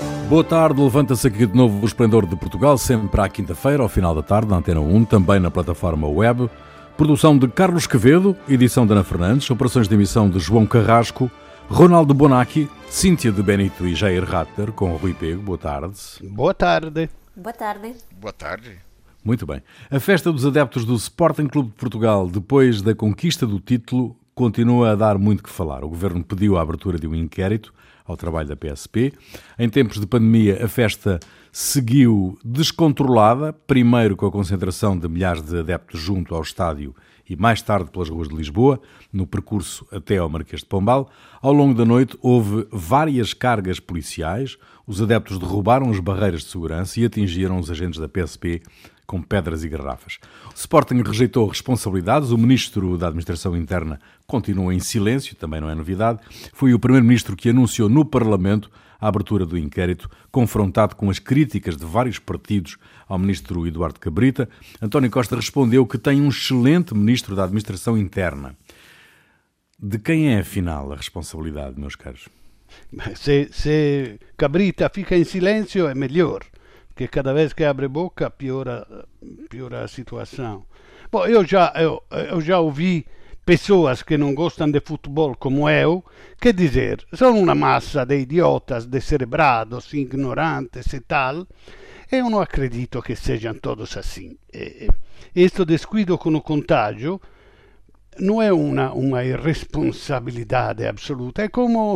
Boa tarde, levanta-se aqui de novo o Esplendor de Portugal, sempre à quinta-feira, ao final da tarde, na Antena 1, também na plataforma web. Produção de Carlos Quevedo, edição de Ana Fernandes, operações de emissão de João Carrasco, Ronaldo Bonacci, Cíntia de Benito e Jair Ratner, com Rui Pego. Boa tarde. Boa tarde. Boa tarde. Boa tarde. Muito bem. A festa dos adeptos do Sporting Clube de Portugal, depois da conquista do título, continua a dar muito que falar. O Governo pediu a abertura de um inquérito ao trabalho da PSP. Em tempos de pandemia, a festa seguiu descontrolada, primeiro com a concentração de milhares de adeptos junto ao estádio e mais tarde pelas ruas de Lisboa, no percurso até ao Marquês de Pombal. Ao longo da noite houve várias cargas policiais, os adeptos derrubaram as barreiras de segurança e atingiram os agentes da PSP com pedras e garrafas. O Sporting rejeitou responsabilidades, o Ministro da Administração Interna continua em silêncio, também não é novidade. Foi o Primeiro-Ministro que anunciou no Parlamento a abertura do inquérito, confrontado com as críticas de vários partidos ao Ministro Eduardo Cabrita. António Costa respondeu que tem um excelente Ministro da Administração Interna. De quem é, afinal, a responsabilidade, meus caros? Se Cabrita fica em silêncio é melhor, porque cada vez que abre boca piora a situação. Bom, eu já ouvi pessoas que não gostam de futebol como eu, que dizer, são uma massa de idiotas, descerebrados, ignorantes e tal. Eu não acredito que sejam todos assim. Este descuido com o contágio não é uma irresponsabilidade absoluta, é como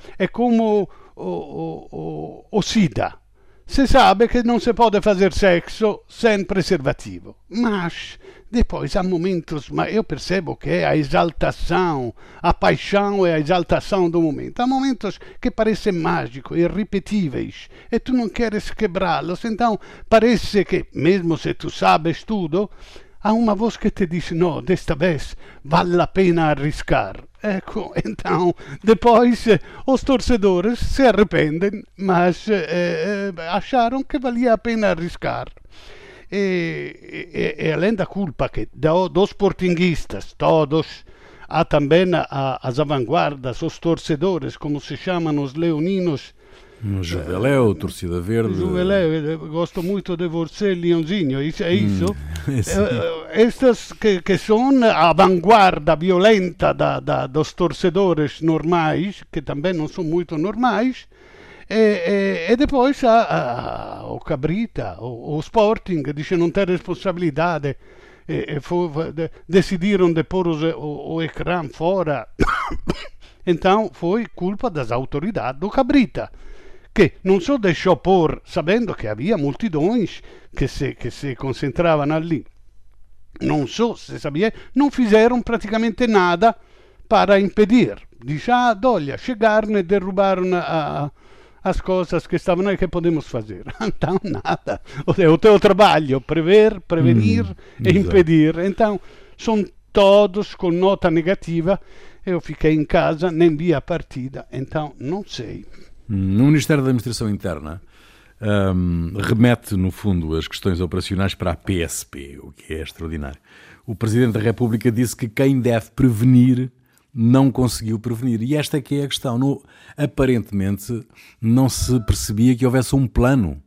o SIDA. Se sabe que não se pode fazer sexo sem preservativo, mas depois há momentos, mas eu percebo que é a exaltação, a paixão e a exaltação do momento. Há momentos que parecem mágicos, irrepetíveis, e tu não queres quebrá-los, então parece que, mesmo se tu sabes tudo, há uma voz que te diz, não, desta vez vale a pena arriscar. Ecco, então, depois os torcedores se arrependem, mas acharam que valia a pena arriscar. E além da culpa que dos sportinguistas, todos, há também as vanguardas, os torcedores, como se chamam os leoninos, No Juveléu, Torcida Verde. Juveléu, gosto muito de você, Leãozinho, é isso? Estes que são a vanguarda violenta dos torcedores normais, que também não são muito normais, e depois o Cabrita, o Sporting, diz não tem responsabilidade, decidiram de pôr o ecrã fora. Então foi culpa das autoridades do Cabrita, que não só deixou pôr, sabendo que havia multidões que se concentravam ali. Não só se sabia, não fizeram praticamente nada para impedir. Diz, olha, chegaram e derrubaram as coisas que estavam aí, que podemos fazer. Então, nada. É o teu trabalho, prevenir e impedir. Então, são todos com nota negativa. Eu fiquei em casa, nem vi a partida, então não sei. No Ministério da Administração Interna remete, no fundo, as questões operacionais para a PSP, o que é extraordinário. O Presidente da República disse que quem deve prevenir não conseguiu prevenir. E esta é que é a questão. Aparentemente não se percebia que houvesse um plano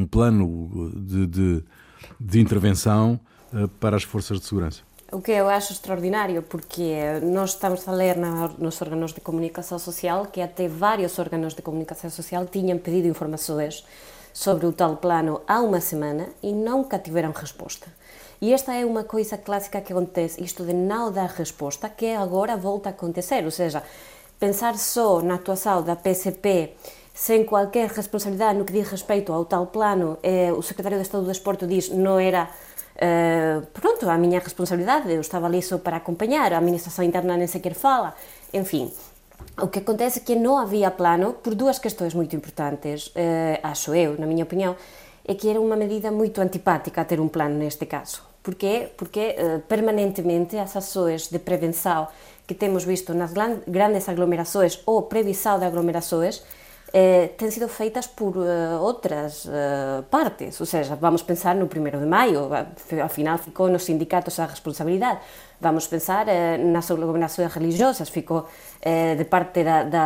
de intervenção para as forças de segurança. O que eu acho extraordinário, porque nós estamos a ler nos órgãos de comunicação social que até vários órgãos de comunicação social tinham pedido informações sobre o tal plano há uma semana e nunca tiveram resposta. E esta é uma coisa clássica que acontece, isto de não dar resposta, que agora volta a acontecer, ou seja, pensar só na atuação da PSP sem qualquer responsabilidade no que diz respeito ao tal plano. O secretário de Estado do Desporto diz não era pronto, a minha responsabilidade, eu estava ali só para acompanhar, a administração interna nem sequer fala, enfim. O que acontece é que não havia plano por duas questões muito importantes, acho eu, na minha opinião, é que era uma medida muito antipática ter um plano neste caso. Porquê? Porque permanentemente as ações de prevenção que temos visto nas grandes aglomerações ou previsão de aglomerações têm sido feitas por outras partes, ou seja, vamos pensar no 1º de maio, afinal ficou nos sindicatos a responsabilidade, vamos pensar nas organizações religiosas, ficou de parte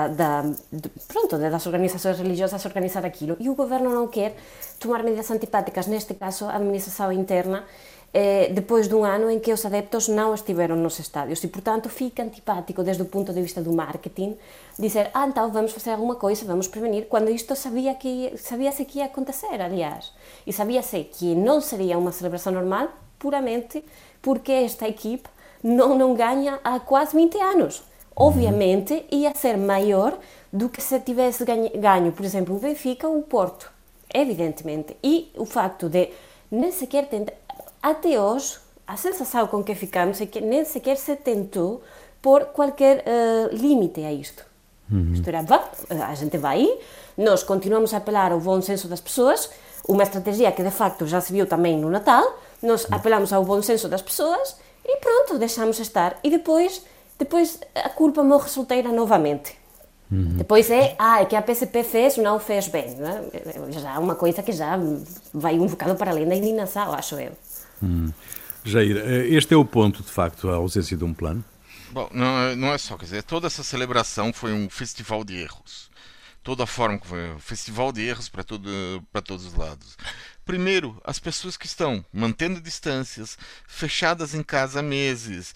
das organizações religiosas organizar aquilo, e o governo não quer tomar medidas antipáticas, neste caso a administração interna, depois de um ano em que os adeptos não estiveram nos estádios e, portanto, fica antipático desde o ponto de vista do marketing dizer, então vamos fazer alguma coisa, vamos prevenir, quando isto sabia-se que ia acontecer, aliás, e sabia-se que não seria uma celebração normal puramente porque esta equipe não ganha há quase 20 anos. Obviamente ia ser maior do que se tivesse ganho, por exemplo, o Benfica ou o Porto, evidentemente, e o facto de nem sequer tentar. Até hoje, a sensação com que ficamos é que nem sequer se tentou pôr qualquer limite a isto. Isto era, a gente vai, nós continuamos a apelar ao bom senso das pessoas, uma estratégia que de facto já se viu também no Natal, nós apelamos ao bom senso das pessoas e pronto, deixamos estar. E depois a culpa morre solteira novamente. Depois é que a PSP fez, não fez bem. Né? Já é uma coisa que já vai um bocado para além da indignação, acho eu. Jair, este é o ponto, de facto, a ausência de um plano? Bom, não é só, quer dizer, toda essa celebração foi um festival de erros. Toda a forma que foi um festival de erros para todos os lados. Primeiro, as pessoas que estão mantendo distâncias, fechadas em casa há meses,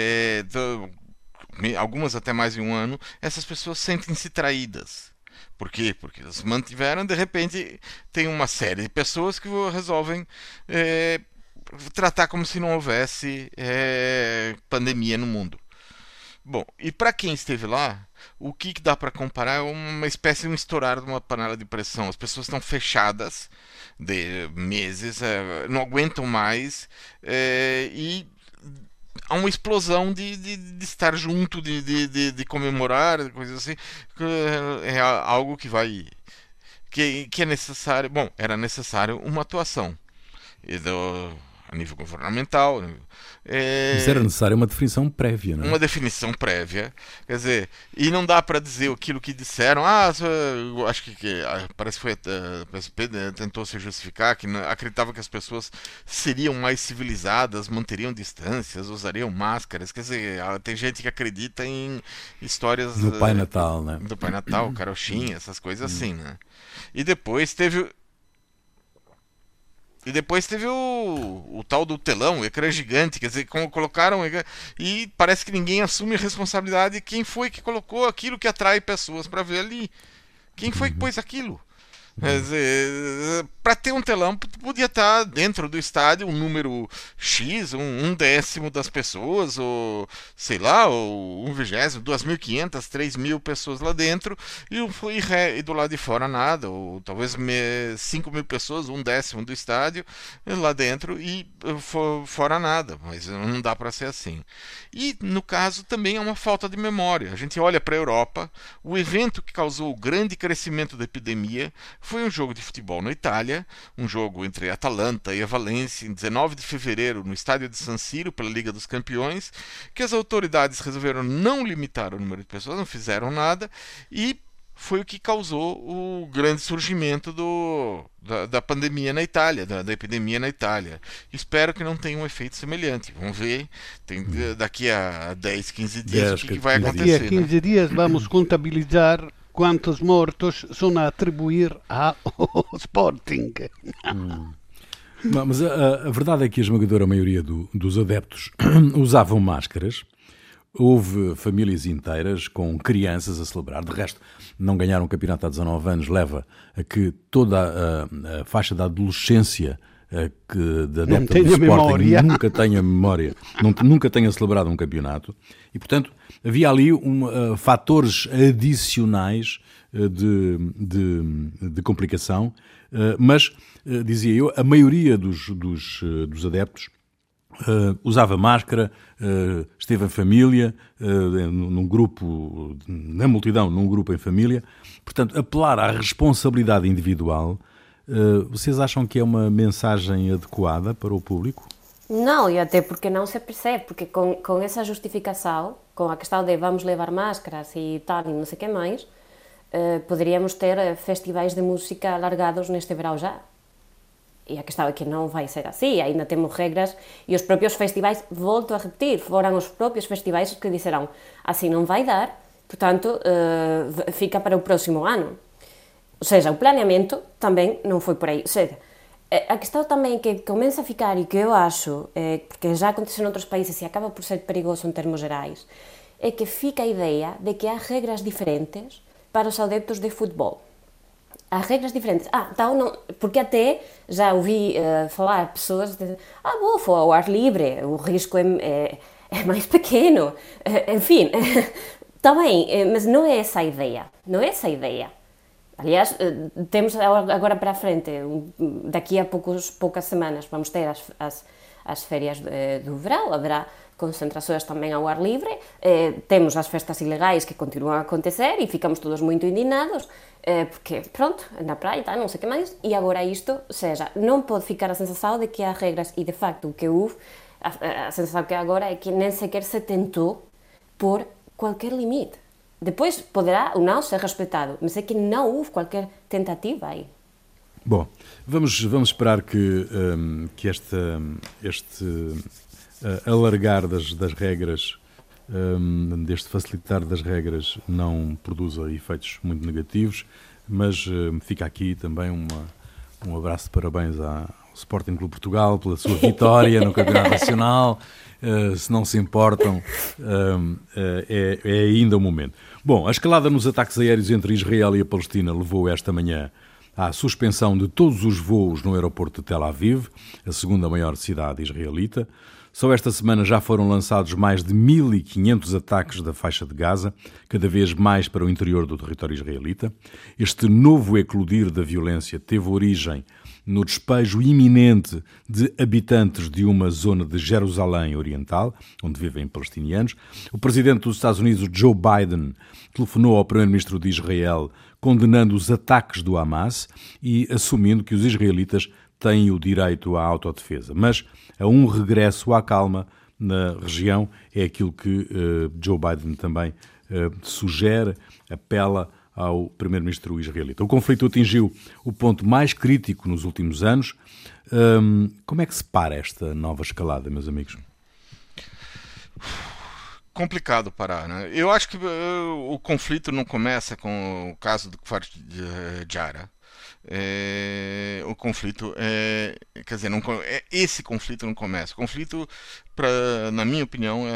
algumas até mais de um ano, essas pessoas sentem-se traídas. Por quê? Porque elas mantiveram, de repente, tem uma série de pessoas que resolvem tratar como se não houvesse pandemia no mundo. Bom, e para quem esteve lá, o que dá para comparar é uma espécie de um estourar de uma panela de pressão. As pessoas estão fechadas de meses, não aguentam mais, e há uma explosão de estar junto, de comemorar, coisas assim. É algo que vai. Que é necessário. Bom, era necessário uma atuação a nível governamental. Mas era necessária uma definição prévia, não é? Uma definição prévia, quer dizer, e não dá para dizer aquilo que disseram. Acho que parece que foi a PSP tentou se justificar, que acreditava que as pessoas seriam mais civilizadas, manteriam distâncias, usariam máscaras. Quer dizer, tem gente que acredita em histórias do Pai Natal, né? Do Pai Natal, carochinha, essas coisas assim, né? E depois teve o tal do telão, o ecrã gigante, quer dizer, como colocaram, e parece que ninguém assume a responsabilidade de quem foi que colocou aquilo que atrai pessoas para ver ali. Quem foi que pôs aquilo? Quer dizer, para ter um telão, podia estar dentro do estádio um número X, um décimo das pessoas, ou sei lá, ou 1/20, 2.500, 3.000 pessoas lá dentro, e do lado de fora nada, ou talvez 5.000 pessoas, um décimo do estádio lá dentro, e fora nada, mas não dá para ser assim. E no caso também é uma falta de memória. A gente olha para a Europa, o evento que causou o grande crescimento da epidemia foi um jogo de futebol na Itália, um jogo entre a Atalanta e a Valência, em 19 de fevereiro, no estádio de San Siro, pela Liga dos Campeões, que as autoridades resolveram não limitar o número de pessoas, não fizeram nada, e foi o que causou o grande surgimento da pandemia na Itália, da epidemia na Itália. Espero que não tenha um efeito semelhante. Vamos ver daqui a 10, 15 dias o que vai acontecer. Daqui a 15 dias vamos contabilizar quantos mortos são a atribuir ao Sporting. Mas a verdade é que a esmagadora maioria dos adeptos usavam máscaras. Houve famílias inteiras com crianças a celebrar. De resto, não ganhar um campeonato há 19 anos leva a que toda a faixa da adolescência de adeptos do Sporting nunca tenha memória, nunca tenha celebrado um campeonato. E, portanto, havia ali fatores adicionais de complicação, mas, dizia eu, a maioria dos adeptos usava máscara, esteve em família, num grupo, na multidão, num grupo em família. Portanto, apelar à responsabilidade individual, vocês acham que é uma mensagem adequada para o público? Não, e até porque não se percebe, porque com essa justificação, com a questão de vamos levar máscaras e tal, e não sei o que mais, poderíamos ter festivais de música alargados neste verão já. E a questão é que não vai ser assim, ainda temos regras e os próprios festivais, volto a repetir, foram os próprios festivais que disseram assim não vai dar, portanto fica para o próximo ano. Ou seja, o planeamento também não foi por aí. Ou seja, a questão também que começa a ficar e que eu acho, porque já aconteceu em outros países e acaba por ser perigoso em termos gerais, é que fica a ideia de que há regras diferentes para os adeptos de futebol. Há regras diferentes. Então não, porque até já ouvi falar pessoas de vou ao ar livre, o risco é mais pequeno. Enfim, está bem, mas não é essa a ideia. Não é essa a ideia. Aliás, temos agora para a frente, daqui a poucas semanas, vamos ter as férias do verão, haverá concentrações também ao ar livre, temos as festas ilegais que continuam a acontecer e ficamos todos muito indignados, porque, pronto, na praia, não sei o que mais, e agora isto, ou seja, não pode ficar a sensação de que há regras, e de facto o que houve, a sensação que há agora é que nem sequer se tentou pôr qualquer limite. Depois poderá ou não ser respeitado, mas é que não houve qualquer tentativa aí. Bom, vamos esperar que este alargar das regras, deste facilitar das regras, não produza efeitos muito negativos, mas fica aqui também um abraço de parabéns ao Sporting Clube Portugal pela sua vitória no Campeonato Nacional. Se não se importam, é ainda o momento. Bom, a escalada nos ataques aéreos entre Israel e a Palestina levou esta manhã à suspensão de todos os voos no aeroporto de Tel Aviv, a segunda maior cidade israelita. Só esta semana já foram lançados mais de 1.500 ataques da faixa de Gaza, cada vez mais para o interior do território israelita. Este novo eclodir da violência teve origem no despejo iminente de habitantes de uma zona de Jerusalém Oriental, onde vivem palestinianos. O presidente dos Estados Unidos, Joe Biden, telefonou ao primeiro-ministro de Israel condenando os ataques do Hamas e assumindo que os israelitas têm o direito à autodefesa. Mas a um regresso à calma na região é aquilo que Joe Biden também sugere, apela ao primeiro-ministro israelita. O conflito atingiu o ponto mais crítico nos últimos anos. Como é que se para esta nova escalada, meus amigos? Complicado parar, né? Eu acho que o conflito não começa com o caso do Kfar Jara. O conflito quer dizer, esse conflito não começa. O conflito, na minha opinião,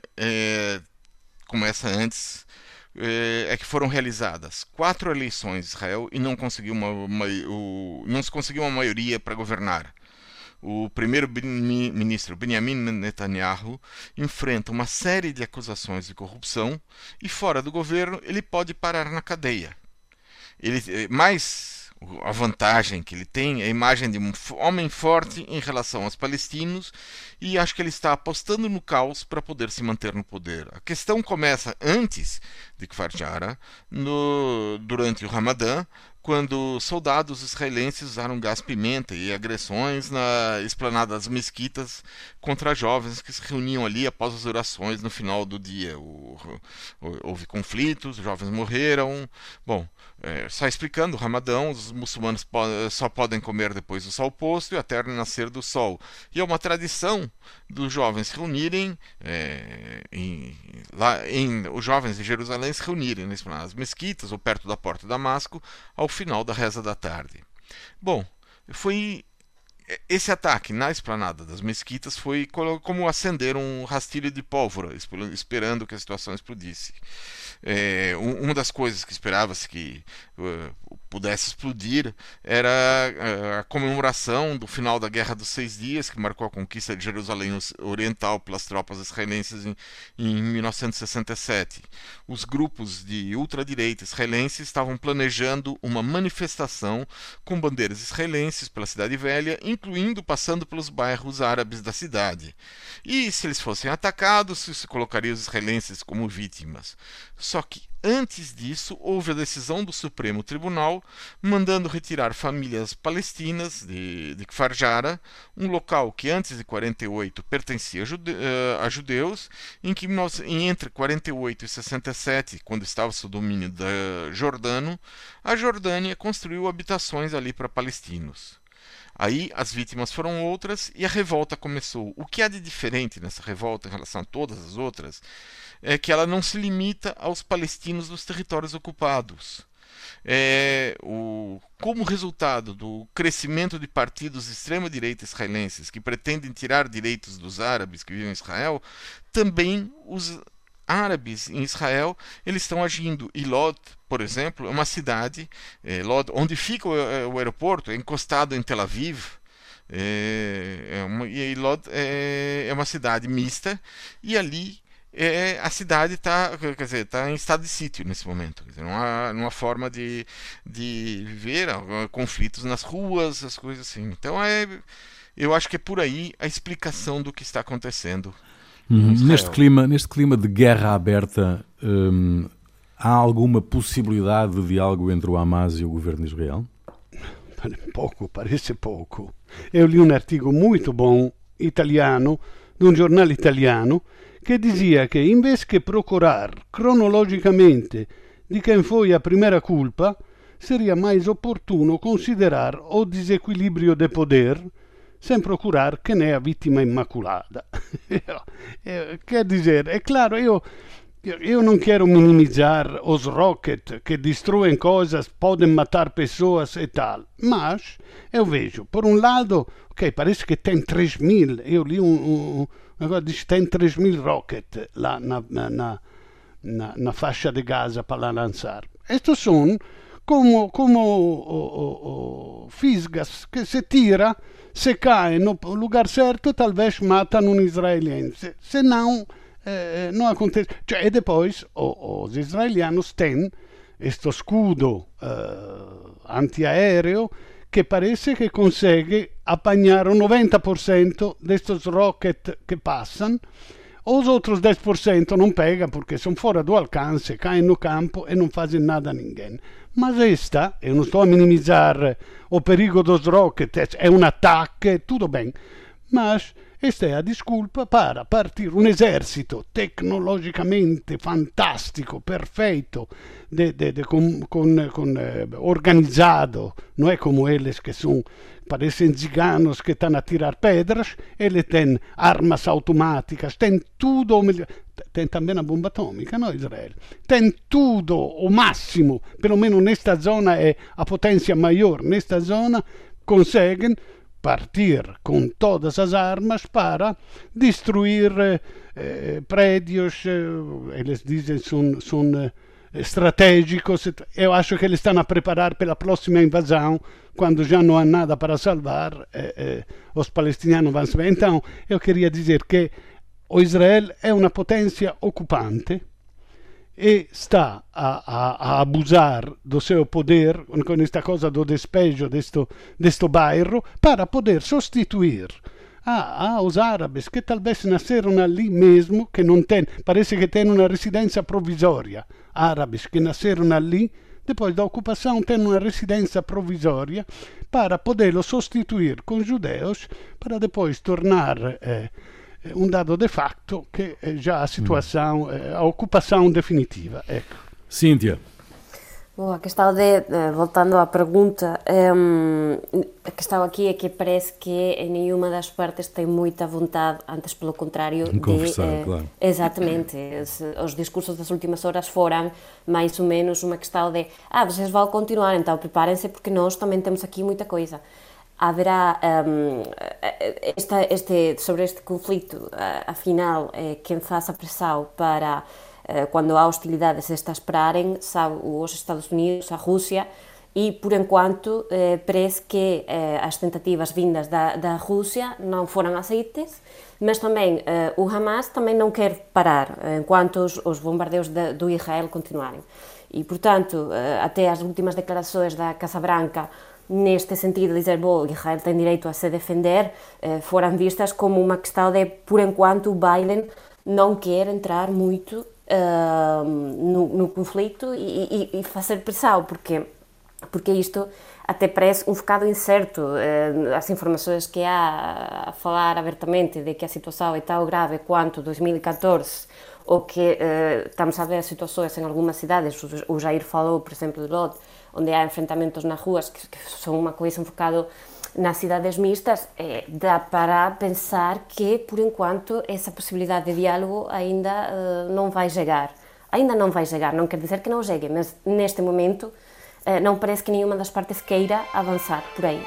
começa antes. Que foram realizadas 4 eleições em Israel e não se conseguiu uma maioria para governar. O primeiro-ministro Benjamin Netanyahu enfrenta uma série de acusações de corrupção e, fora do governo, ele pode parar na cadeia. Mas a vantagem que ele tem é a imagem de um homem forte em relação aos palestinos, e acho que ele está apostando no caos para poder se manter no poder. A questão começa antes de Kfar Jara, durante o Ramadã, quando soldados israelenses usaram gás-pimenta e agressões na esplanada das mesquitas contra jovens que se reuniam ali após as orações no final do dia. Houve conflitos, jovens morreram. Bom, só explicando, o Ramadão, os muçulmanos só podem comer depois do sol posto e até o nascer do sol. E é uma tradição dos jovens se reunirem, os jovens de Jerusalém se reunirem nas mesquitas ou perto da porta de Damasco ao final da reza da tarde. Bom, esse ataque na esplanada das mesquitas foi como acender um rastilho de pólvora, esperando que a situação explodisse. Uma das coisas que esperava-se que pudesse explodir era a comemoração do final da Guerra dos 6 Dias, que marcou a conquista de Jerusalém Oriental pelas tropas israelenses em 1967. Os grupos de ultradireita israelenses estavam planejando uma manifestação com bandeiras israelenses pela Cidade Velha, incluindo passando pelos bairros árabes da cidade. E se eles fossem atacados, se colocaria os israelenses como vítimas. Só que antes disso, houve a decisão do Supremo Tribunal mandando retirar famílias palestinas de Kfar Jara, um local que antes de 48 pertencia a judeus, em que entre 48 e 67, quando estava sob domínio da Jordano, a Jordânia construiu habitações ali para palestinos. Aí as vítimas foram outras e a revolta começou. O que há de diferente nessa revolta em relação a todas as outras é que ela não se limita aos palestinos dos territórios ocupados. Como resultado do crescimento de partidos de extrema-direita israelenses que pretendem tirar direitos dos árabes que vivem em Israel, também os árabes em Israel eles estão agindo. E Lod, por exemplo, é uma cidade, Lod, onde fica o aeroporto, é encostado em Tel Aviv. E Lod é uma cidade mista, e ali a cidade está em estado de sítio nesse momento. Quer dizer, não há forma de viver, conflitos nas ruas, as coisas assim. Então eu acho que é por aí a explicação do que está acontecendo. Neste clima de guerra aberta, há alguma possibilidade de diálogo entre o Hamas e o governo de Israel? Parece pouco. Eu li um artigo muito bom, italiano, de um jornal italiano, que dizia que, em vez de procurar cronologicamente de quem foi a primeira culpa, seria mais oportuno considerar o desequilíbrio de poder, sem procurar quem é a vítima imaculada. Quer dizer, é claro, eu não quero minimizar os rocket que destruem coisas, podem matar pessoas e tal, mas eu vejo, por um lado, ok, parece que tem 3.000, eu li agora diz que tem 3.000 rocket lá na faixa de Gaza para lançar. Estes são como fisgas que se tira, se cai no lugar certo, talvez matam um israelense. Se não, não acontece. E depois os israelianos têm este escudo antiaéreo que parece que consegue apanhar o 90% destes rocket que passam. Os outros 10% não pegam porque são fora do alcance, caem no campo e não fazem nada a ninguém. Mas eu não estou a minimizar o perigo dos rocket, é um ataque, tudo bem. Mas esta é a desculpa para partir um exército tecnologicamente fantástico, perfeito, organizado. Não é como eles que são, parecem ciganos que estão a tirar pedras. Eles têm armas automáticas, têm tudo. Tem também a bomba atômica, não, Israel? Tem tudo, o máximo. Pelo menos nesta zona é a potência maior. Nesta zona conseguem partir com todas as armas para destruir prédios, eles dizem são estratégicos. Eu acho que eles estão a preparar pela próxima invasão, quando já não há nada para salvar, os palestinianos vão se ver. Então, eu queria dizer que o Israel é uma potência ocupante e está a abusar do seu poder com esta coisa do despejo deste bairro para poder substituir aos árabes que talvez nasceram ali mesmo, que não têm, parece que têm uma residência provisória. Árabes que nasceram ali, depois da ocupação têm uma residência provisória para poderlo substituir com judeus, para depois tornar um dado de facto que é já a situação, a ocupação definitiva. Cíntia. Boa, a questão voltando à pergunta, a questão aqui é que parece que nenhuma das partes tem muita vontade, antes pelo contrário, de conversar, claro. Exatamente, os discursos das últimas horas foram mais ou menos uma questão de vocês vão continuar, então preparem-se porque nós também temos aqui muita coisa. Haverá sobre este conflito, afinal, quem faça pressão para, quando há hostilidades, estas pararem, são os Estados Unidos, a Rússia, e por enquanto parece que as tentativas vindas da Rússia não foram aceitas, mas também o Hamas também não quer parar enquanto os bombardeios do Israel continuarem. E, portanto, até as últimas declarações da Casa Branca neste sentido, dizer, bom, Israel tem direito a se defender, foram vistas como uma questão de, por enquanto, Biden não quer entrar muito no conflito e fazer pressão, porque isto até parece um bocado incerto. As informações que há a falar abertamente de que a situação é tão grave quanto 2014, ou que estamos a ver situações em algumas cidades, o Jair falou, por exemplo, de Lod, onde há enfrentamentos nas ruas, que são uma coisa enfocada nas cidades mistas, dá para pensar que, por enquanto, essa possibilidade de diálogo ainda não vai chegar. Ainda não vai chegar, não quer dizer que não chegue, mas neste momento não parece que nenhuma das partes queira avançar por aí.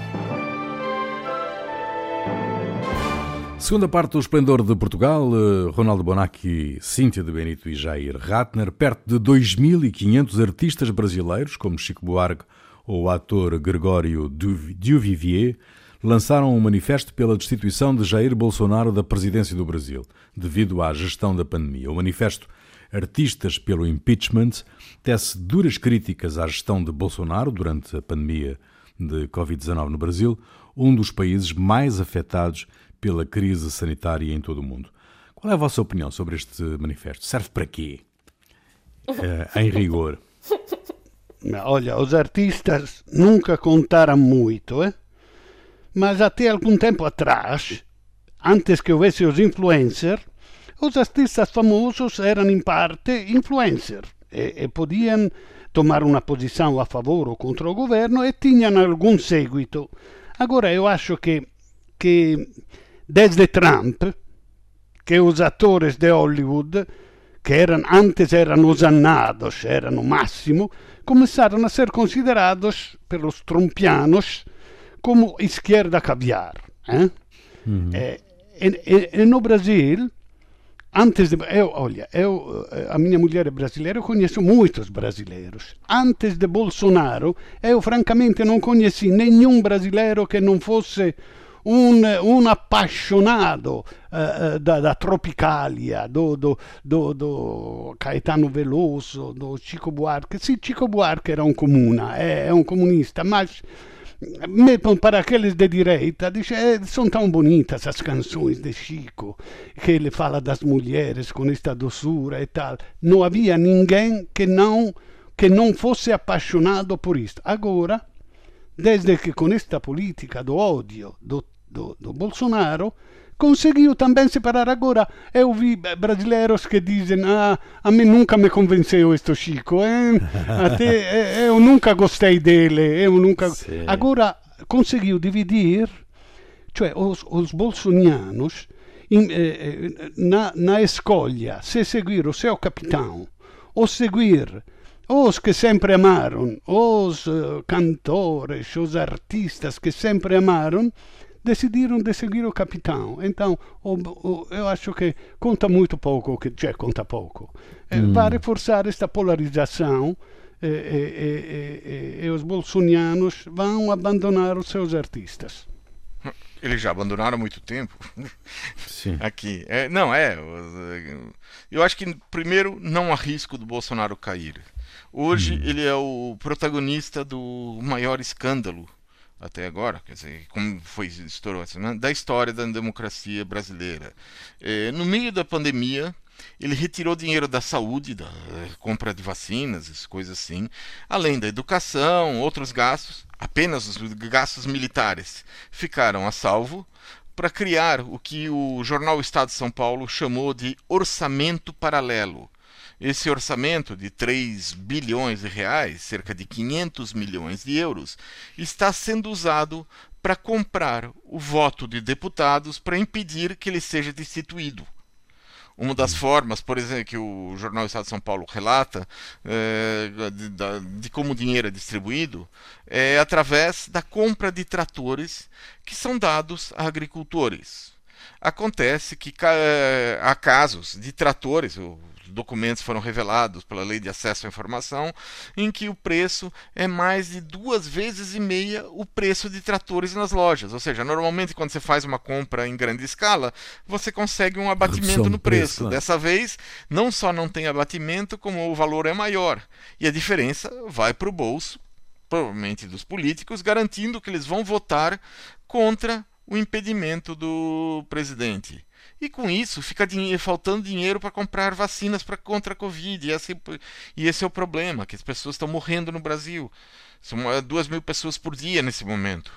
Segunda parte do Esplendor de Portugal, Ronaldo Bonacci, Cíntia de Benito e Jair Ratner, perto de 2.500 artistas brasileiros, como Chico Buarque ou o ator Gregório Duvivier, lançaram um manifesto pela destituição de Jair Bolsonaro da presidência do Brasil, devido à gestão da pandemia. O manifesto Artistas pelo Impeachment tece duras críticas à gestão de Bolsonaro durante a pandemia de Covid-19 no Brasil, um dos países mais afetados pela crise sanitária em todo o mundo. Qual é a vossa opinião sobre este manifesto? Serve para quê? Em rigor. Olha, os artistas nunca contaram muito, mas até algum tempo atrás, antes que houvesse os influencers, os artistas famosos eram em parte influencers e podiam tomar uma posição a favor ou contra o governo e tinham algum seguito. Agora, eu acho que desde Trump, que os atores de Hollywood, que antes eram osannados, eram o máximo, começaram a ser considerados pelos trumpianos como esquerda caviar. E no Brasil, antes de... a minha mulher é brasileira, eu conheço muitos brasileiros. Antes de Bolsonaro, eu francamente não conheci nenhum brasileiro que não fosse un appassionato da Tropicalia, do Caetano Veloso, do Chico Buarque. Sì, Chico Buarque era un comuna, è un comunista, mas para aqueles de direita, são tão bonitas as canções de Chico, que ele fala das mulheres com esta doçura e tal. Não havia ninguém que não fosse apaixonado por isto. Agora, desde que com esta política do ódio do Bolsonaro, conseguiu também separar. Agora, eu vi brasileiros que dizem: a mim nunca me convenceu este Chico, até eu nunca gostei dele, Agora, conseguiu dividir, cioè os bolsonianos, na escolha, se seguir o seu capitão, ou seguir os que sempre amaram, os cantores, os artistas que sempre amaram, decidiram de seguir o capitão. Então, eu acho que conta muito pouco, conta pouco. Vai reforçar esta polarização e os bolsonianos vão abandonar os seus artistas. Eles já abandonaram há muito tempo. Sim. Aqui. Eu acho que, primeiro, não há risco do Bolsonaro cair. Hoje ele é o protagonista do maior escândalo até agora, quer dizer, como estourou essa semana, da história da democracia brasileira. No meio da pandemia, ele retirou dinheiro da saúde, da compra de vacinas, coisas assim, além da educação, outros gastos, apenas os gastos militares ficaram a salvo para criar o que o jornal Estado de São Paulo chamou de orçamento paralelo. Esse orçamento de 3 bilhões de reais, cerca de 500 milhões de euros, está sendo usado para comprar o voto de deputados para impedir que ele seja destituído. Uma das formas, por exemplo, que o jornal Estado de São Paulo relata de como o dinheiro é distribuído é através da compra de tratores que são dados a agricultores. Acontece que há casos de tratores, documentos foram revelados pela Lei de Acesso à Informação, em que o preço é mais de 2,5 vezes o preço de tratores nas lojas. Ou seja, normalmente quando você faz uma compra em grande escala, você consegue um abatimento no preço. Claro. Dessa vez, não só não tem abatimento, como o valor é maior. E a diferença vai para o bolso provavelmente dos políticos, garantindo que eles vão votar contra o impedimento do presidente. E com isso fica faltando dinheiro para comprar vacinas contra a Covid. E esse é o problema, que as pessoas estão morrendo no Brasil. São 2.000 pessoas por dia nesse momento.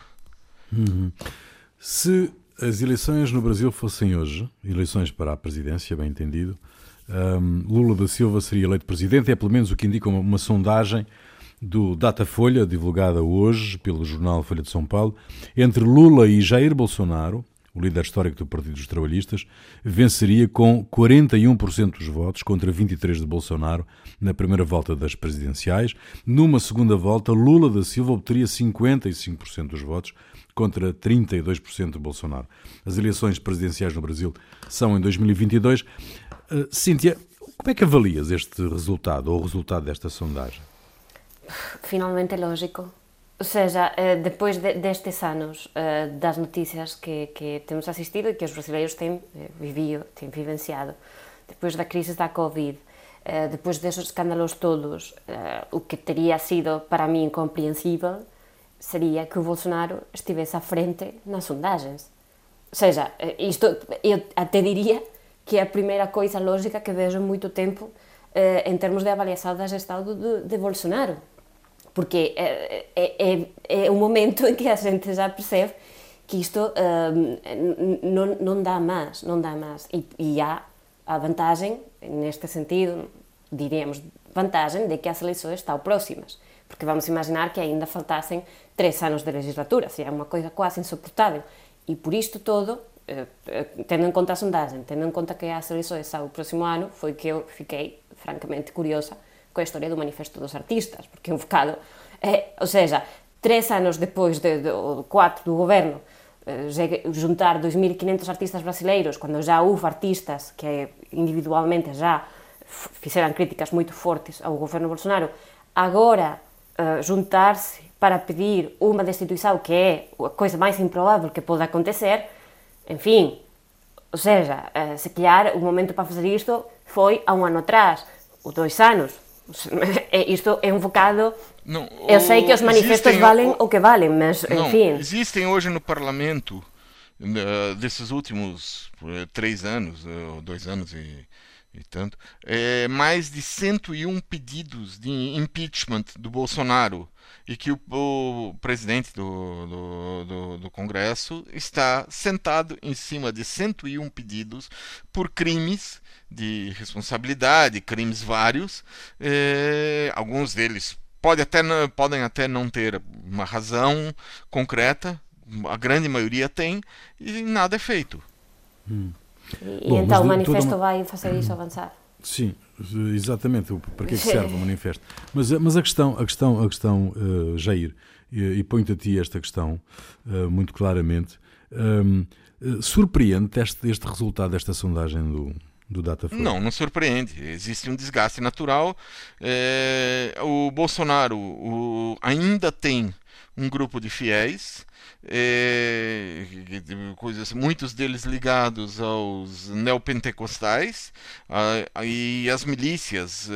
Se as eleições no Brasil fossem hoje, eleições para a presidência, bem entendido, Lula da Silva seria eleito presidente, é pelo menos o que indica uma sondagem do Datafolha, divulgada hoje pelo jornal Folha de São Paulo. Entre Lula e Jair Bolsonaro, o líder histórico do Partido dos Trabalhistas, venceria com 41% dos votos contra 23% de Bolsonaro na primeira volta das presidenciais. Numa segunda volta, Lula da Silva obteria 55% dos votos contra 32% de Bolsonaro. As eleições presidenciais no Brasil são em 2022. Cíntia, como é que avalias este resultado, ou o resultado desta sondagem? Finalmente é lógico. Ou seja, depois destes anos das notícias que temos assistido e que os brasileiros têm vivenciado, depois da crise da Covid, depois desses escândalos todos, o que teria sido para mim incompreensível seria que o Bolsonaro estivesse à frente nas sondagens. Ou seja, isto eu até diria que é a primeira coisa lógica que vejo em muito tempo em termos de avaliação da gestão de Bolsonaro. Porque é um momento em que a gente já percebe que isto não dá mais. E há a vantagem, neste sentido, diríamos, vantagem de que as eleições estão próximas. Porque vamos imaginar que ainda faltassem 3 anos de legislatura, seria uma coisa quase insuportável. E por isto todo, tendo em conta a sondagem, tendo em conta que as eleições são o próximo ano, foi que eu fiquei francamente curiosa com a história do Manifesto dos Artistas, porque é um bocado, ou seja, 3 anos depois, 4 do governo, juntar 2.500 artistas brasileiros, quando já houve artistas que individualmente já fizeram críticas muito fortes ao governo Bolsonaro, agora juntar-se para pedir uma destituição, que é a coisa mais improvável que pode acontecer, enfim, ou seja, se calhar o momento para fazer isto foi há 1 ano atrás, ou 2 anos. Isto é um bocado... Não, eu sei que os manifestos valem o que valem, mas enfim... Existem hoje no Parlamento, desses últimos 3 anos, 2 anos e tanto, mais de 101 pedidos de impeachment do Bolsonaro, e que o presidente do Congresso está sentado em cima de 101 pedidos por crimes de responsabilidade, crimes vários. Alguns deles podem até não ter uma razão concreta, a grande maioria tem, e nada é feito. E bom, então o manifesto vai fazer isso avançar? Sim, exatamente, para que serve o manifesto. Mas a questão Jair, e ponho-te a ti esta questão muito claramente, surpreende este resultado desta sondagem do Datafolha? Não surpreende. Existe um desgaste natural. O Bolsonaro ainda tem um grupo de fiéis, muitos deles ligados aos neopentecostais, e as milícias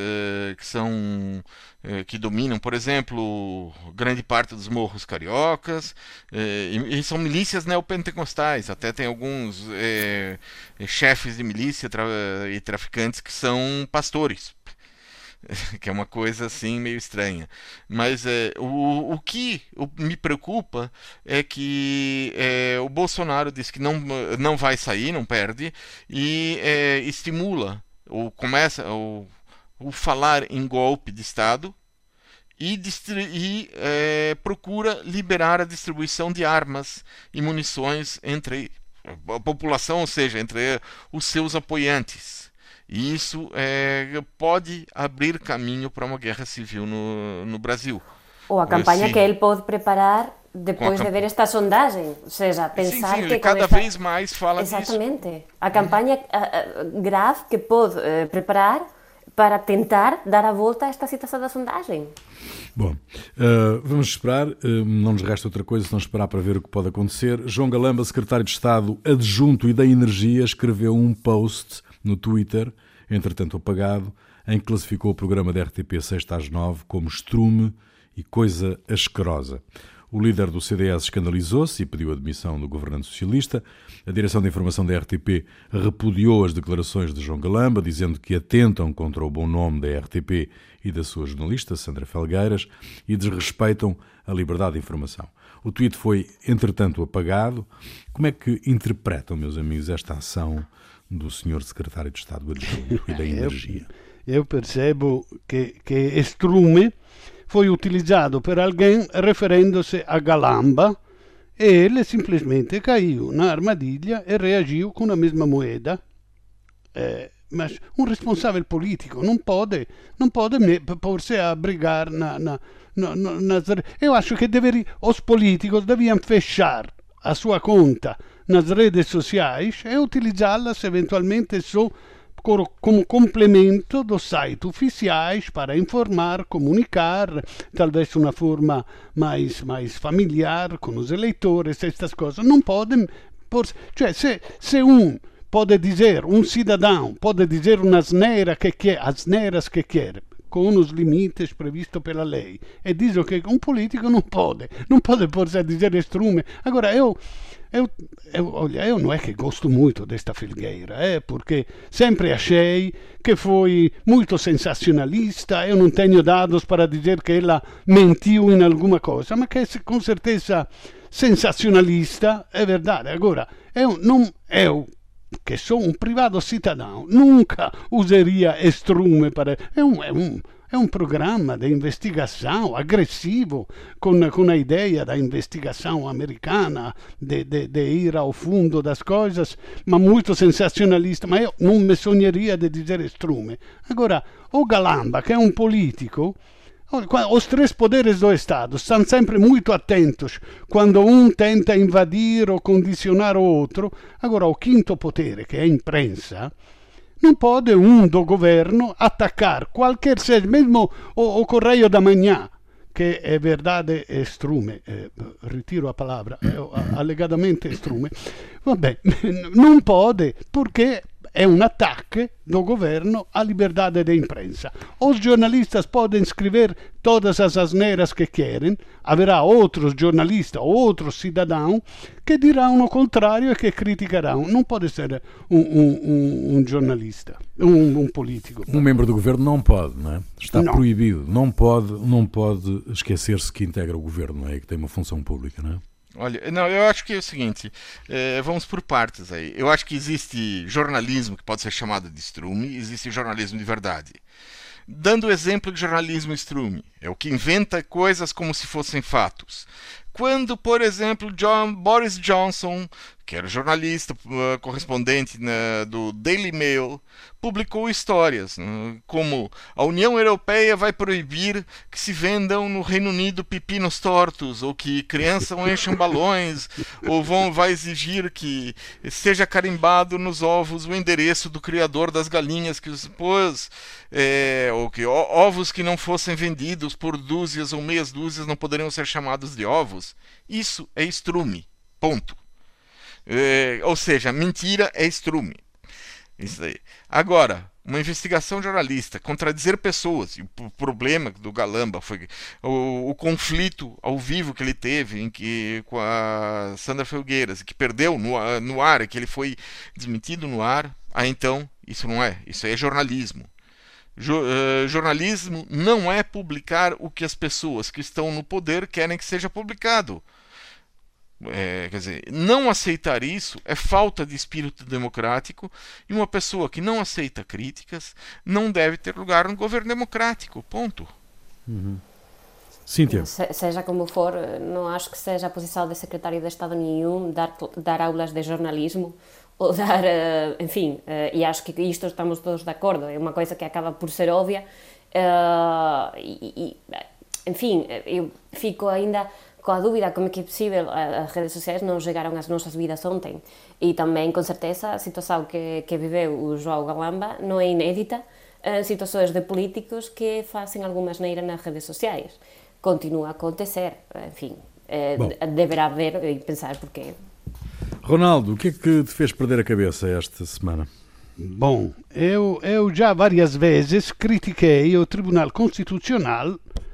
que dominam, por exemplo, grande parte dos morros cariocas, e são milícias neopentecostais. Até tem alguns chefes de milícia e traficantes que são pastores, que é uma coisa assim meio estranha. Mas o que me preocupa é que o Bolsonaro diz que não vai sair, não perde, e estimula ou começa o falar em golpe de Estado e procura liberar a distribuição de armas e munições entre a população, ou seja, entre os seus apoiantes. E isso pode abrir caminho para uma guerra civil no Brasil. Ou a campanha que ele pode preparar depois de ver esta sondagem. Ou seja, pensar sim, que... ele cada vez mais fala Exatamente. disso. A campanha grave que pode preparar para tentar dar a volta a esta situação da sondagem. Bom, vamos esperar. Não nos resta outra coisa senão esperar para ver o que pode acontecer. João Galamba, secretário de Estado adjunto e da Energia, escreveu um post no Twitter, entretanto apagado, em que classificou o programa da RTP 6 às 9 como estrume e coisa asquerosa. O líder do CDS escandalizou-se e pediu a demissão do governante socialista. A direção de informação da RTP repudiou as declarações de João Galamba, dizendo que atentam contra o bom nome da RTP e da sua jornalista, Sandra Felgueiras, e desrespeitam a liberdade de informação. O tweet foi, entretanto, apagado. Como é que interpretam, meus amigos, esta ação do Sr. Secretário de Estado Adjunto e da Energia? Eu percebo que estrume foi utilizzato per alguém referendo-se a Galamba e ele simplesmente caiu na armadilha e reagiu com a mesma moeda. Mas um responsável político não pode pôr-se a brigar eu acho que os políticos deviam fechar a sua conta nas redes sociais e utilizá-las eventualmente só como complemento dos sites oficiais para informar, comunicar, talvez de uma forma mais familiar com os eleitores, estas coisas. Não podem, se um cidadão pode dizer uma asneira asneiras que quer, com os limites previstos pela lei, e diz que um político não pode pôr-se a dizer estrume. Agora, eu não é que gosto muito desta Felgueira, porque sempre achei que foi muito sensacionalista. Eu não tenho dados para dizer que ela mentiu em alguma coisa, mas que é com certeza sensacionalista, é verdade. Agora, eu que sou um privado cidadão, nunca usaria estrume para... É um programa de investigação agressivo, com a ideia da investigação americana, de ir ao fundo das coisas, mas muito sensacionalista. Mas eu não me sonharia de dizer estrume. Agora, o Galamba, que é um político, os três poderes do Estado estão sempre muito atentos quando um tenta invadir ou condicionar o outro. Agora, o quinto potere, que é a imprensa, não pode do governo atacar qualquer seja, mesmo o Correio da Manhã, que é verdade é estrume, ritiro a palavra, alegadamente estrume, vabbè, não pode, porque é um ataque do governo à liberdade de imprensa. Os jornalistas podem escrever todas as asneiras que querem, haverá outros jornalistas ou outros cidadãos que dirão o contrário e que criticarão. Não pode ser um jornalista, um político. Um membro do governo não pode, não é? Está proibido. Não pode esquecer-se que integra o governo, não é? Que tem uma função pública, não é? Olha, não, eu acho que é o seguinte, vamos por partes aí. Eu acho que existe jornalismo que pode ser chamado de estrume, existe jornalismo de verdade. Dando o exemplo de jornalismo estrume, é o que inventa coisas como se fossem fatos. Quando, por exemplo, Boris Johnson, que era jornalista, correspondente do Daily Mail, publicou histórias como a União Europeia vai proibir que se vendam no Reino Unido pepinos tortos, ou que crianças encham balões, ou vai exigir que seja carimbado nos ovos o endereço do criador das galinhas que os pôs, ou que ovos que não fossem vendidos por dúzias ou meias dúzias não poderiam ser chamados de ovos. Isso é estrume. Ponto. Ou seja, mentira é estrume. Isso aí. Agora, uma investigação jornalista, contradizer pessoas, e o problema do Galamba foi o conflito ao vivo que ele teve com a Sandra Felgueiras, que perdeu no ar, que ele foi desmentido no ar. Então, isso não é, isso aí é jornalismo. Jornalismo não é publicar o que as pessoas que estão no poder querem que seja publicado. Quer dizer, não aceitar isso é falta de espírito democrático, e uma pessoa que não aceita críticas não deve ter lugar no governo democrático, ponto. Cíntia. Seja como for, não acho que seja a posição de secretário de Estado nenhum dar aulas de jornalismo ou dar, enfim, e acho que isto estamos todos de acordo, é uma coisa que acaba por ser óbvia, enfim, eu fico ainda com a dúvida como é que é possível as redes sociais não chegaram às nossas vidas ontem. E também, com certeza, a situação que viveu o João Galamba não é inédita em situações de políticos que fazem alguma asneira nas redes sociais. Continua a acontecer, enfim, deverá ver e pensar porquê. Ronaldo, o que é que te fez perder a cabeça esta semana? Bom, eu já várias vezes critiquei o Tribunal Constitucional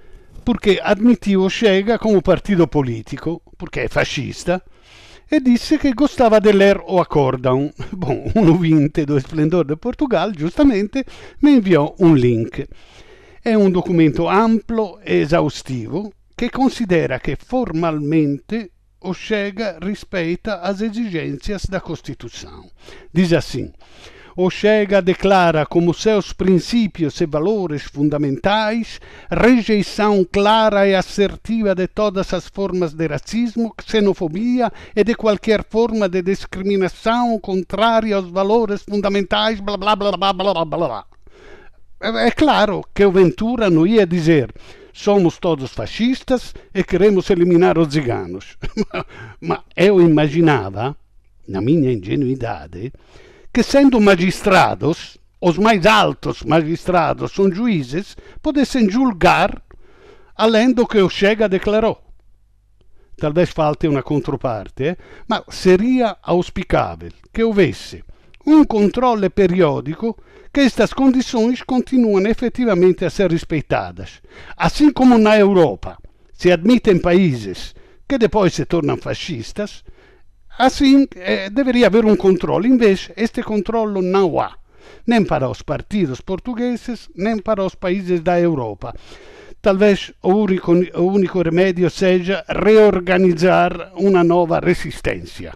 perché admitiu o Chega como partido político, porque é fascista, e disse che gostava de ler o acórdão. Bom, un ouvinte do Esplendor de Portugal, giustamente, mi inviò un link. È un documento amplo e esaustivo che considera che formalmente o Chega respeita as exigências da Constituição. Diz assim: o Chega declara como seus princípios e valores fundamentais rejeição clara e assertiva de todas as formas de racismo, xenofobia e de qualquer forma de discriminação contrária aos valores fundamentais, blá blá blá blá blá blá blá. É claro que o Ventura não ia dizer somos todos fascistas e queremos eliminar os ciganos. Ma eu imaginava, na minha ingenuidade, que sendo magistrados, os mais altos magistrados são juízes, pudessem julgar além do que o Chega declarou. Talvez falte una controparte, ma seria auspicável que houvesse um controle periódico que estas condições continuam efetivamente a ser respeitadas. Assim como na Europa se admitem países que depois se tornam fascistas, assim deveria haver um controle. Em vez, este controle não há, nem para os partidos portugueses, nem para os países da Europa. Talvez o único remédio seja reorganizar uma nova resistência.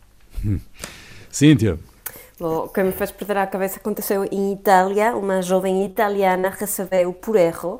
Cíntia. Bom, o que me fez perder a cabeça aconteceu em Itália. Uma jovem italiana recebeu, por erro,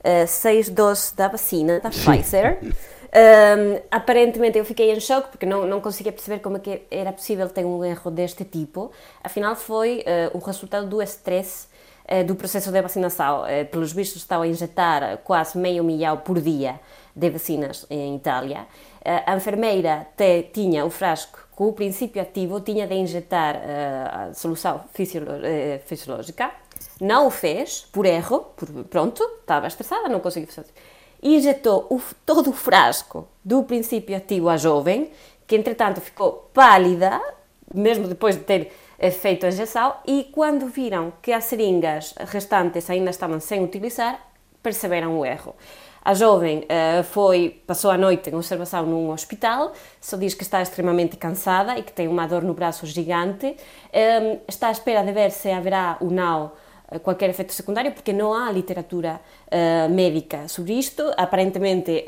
6 doses da vacina da Pfizer. Aparentemente eu fiquei em choque porque não conseguia perceber como é que era possível ter um erro deste tipo. Afinal foi o resultado do estresse do processo de vacinação. Pelos vistos estão a injetar quase 500 ml por dia de vacinas em Itália. A enfermeira tinha o frasco com o princípio ativo, tinha de injetar a solução fisiológica, não o fez, por erro, pronto, estava estressada, não conseguiu fazer. Injetou todo o frasco do princípio ativo à jovem, que entretanto ficou pálida, mesmo depois de ter feito a injeção, e quando viram que as seringas restantes ainda estavam sem utilizar, perceberam o erro. A jovem passou a noite em observação num hospital, só diz que está extremamente cansada e que tem uma dor no braço gigante. Está à espera de ver se haverá ou não qualquer efeito secundário, porque não há literatura médica sobre isto. Aparentemente,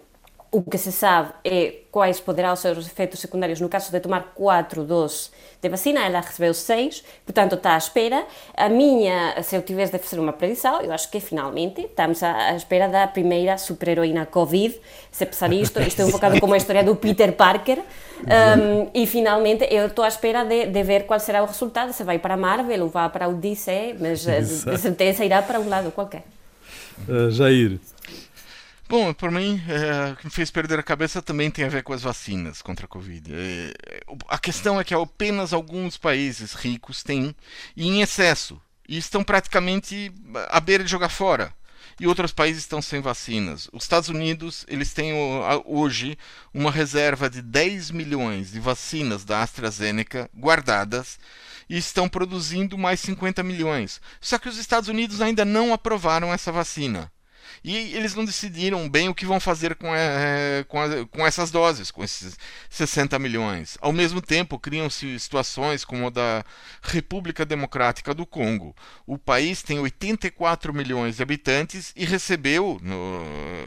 o que se sabe é quais poderão ser os efeitos secundários no caso de tomar 4 doses de vacina. Ela recebeu 6, portanto está à espera. Se eu tivesse de fazer uma predição, eu acho que finalmente estamos à espera da primeira super-heroína Covid. Se passar isto é um bocado como a história do Peter Parker. E finalmente eu estou à espera de ver qual será o resultado, se vai para a Marvel ou vai para o DC, mas de certeza irá para um lado qualquer. Jair. Bom, por mim, o que me fez perder a cabeça também tem a ver com as vacinas contra a Covid. A questão é que apenas alguns países ricos têm, e em excesso, e estão praticamente à beira de jogar fora. E outros países estão sem vacinas. Os Estados Unidos, eles têm hoje uma reserva de 10 milhões de vacinas da AstraZeneca guardadas e estão produzindo mais 50 milhões. Só que os Estados Unidos ainda não aprovaram essa vacina. E eles não decidiram bem o que vão fazer com essas doses, com esses 60 milhões. Ao mesmo tempo, criam-se situações como a da República Democrática do Congo. O país tem 84 milhões de habitantes e recebeu, no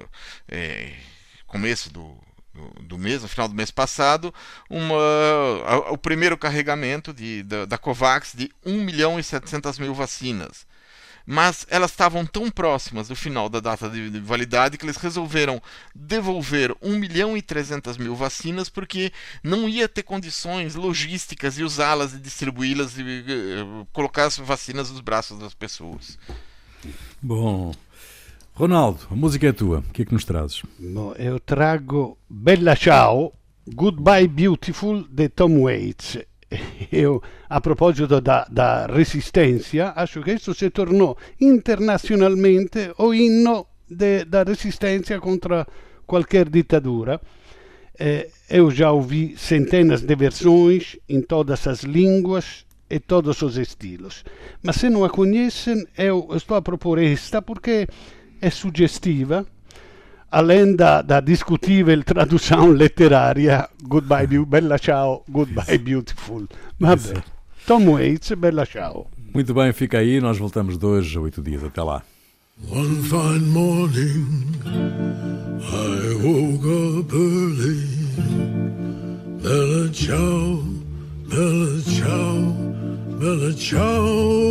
começo do mês, no final do mês passado, o primeiro carregamento da COVAX de 1.700.000 vacinas. Mas elas estavam tão próximas do final da data de validade que eles resolveram devolver 1.300.000 vacinas porque não ia ter condições logísticas de usá-las e distribuí-las e colocar as vacinas nos braços das pessoas. Bom, Ronaldo, a música é tua. O que é que nos trazes? Bom, eu trago Bella Ciao, Goodbye Beautiful de Tom Waits. Eu, a proposito da resistência, acho que isso se tornou internacionalmente o hino da resistência contra qualquer ditadura. Eu já ouvi centenas de versões em todas as línguas e todos os estilos. Mas se não a conhecem, eu estou a propor esta porque é sugestiva. além da discutível tradução literária, Goodbye, Bella Ciao, Goodbye Beautiful. Vabbè, Tom Waits, Bella Ciao. Muito bem, fica aí, nós voltamos de hoje a 8 dias. Até lá. One fine morning, I woke up early. Bella ciao, bella ciao, bella ciao.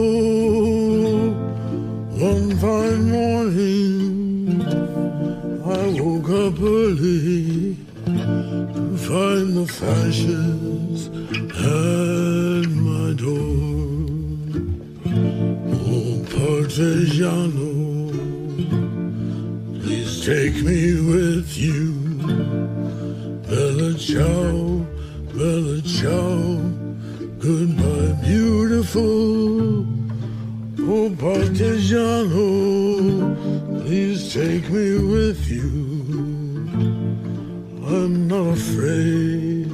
One fine morning, I woke up early to find the fashions at my door. Oh, Partigiano, please take me with you. Bella ciao, bella ciao, goodbye beautiful. Oh, Partigiano, please take me with you. I'm not afraid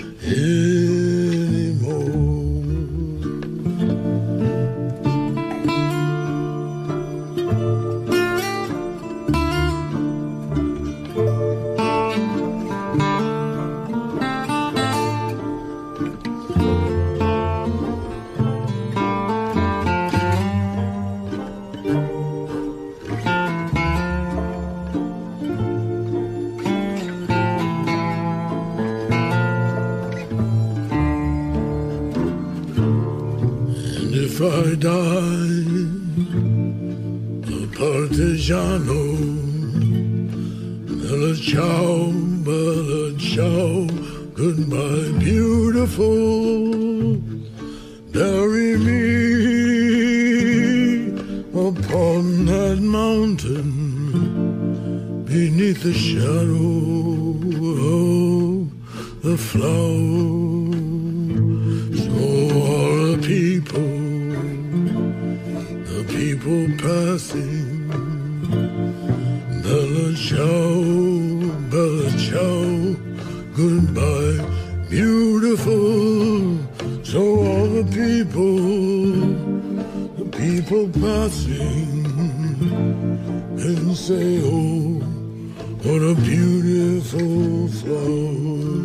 anymore. If I die, a partigiano, bella ciao, goodbye beautiful. Bury me upon that mountain, beneath the shadow of the flowers. So all the people passing, bella ciao, goodbye beautiful. So all the people passing can say, oh, what a beautiful flower.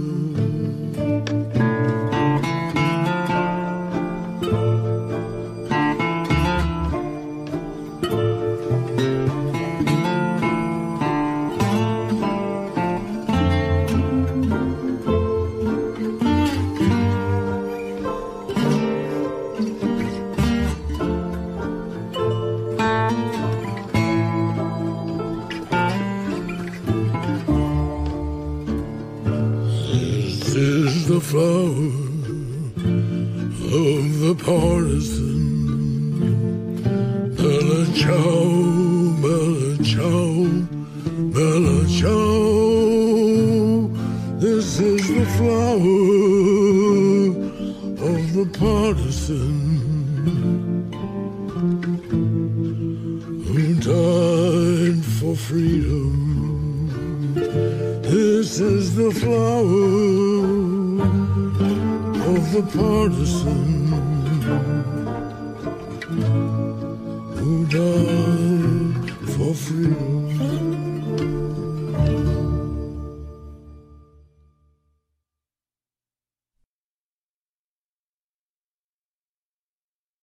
The flower of the partisan. Bella ciao, bella ciao, bella ciao. This is the flower of the partisan who died for freedom. This is the flower of the partisan who died for freedom.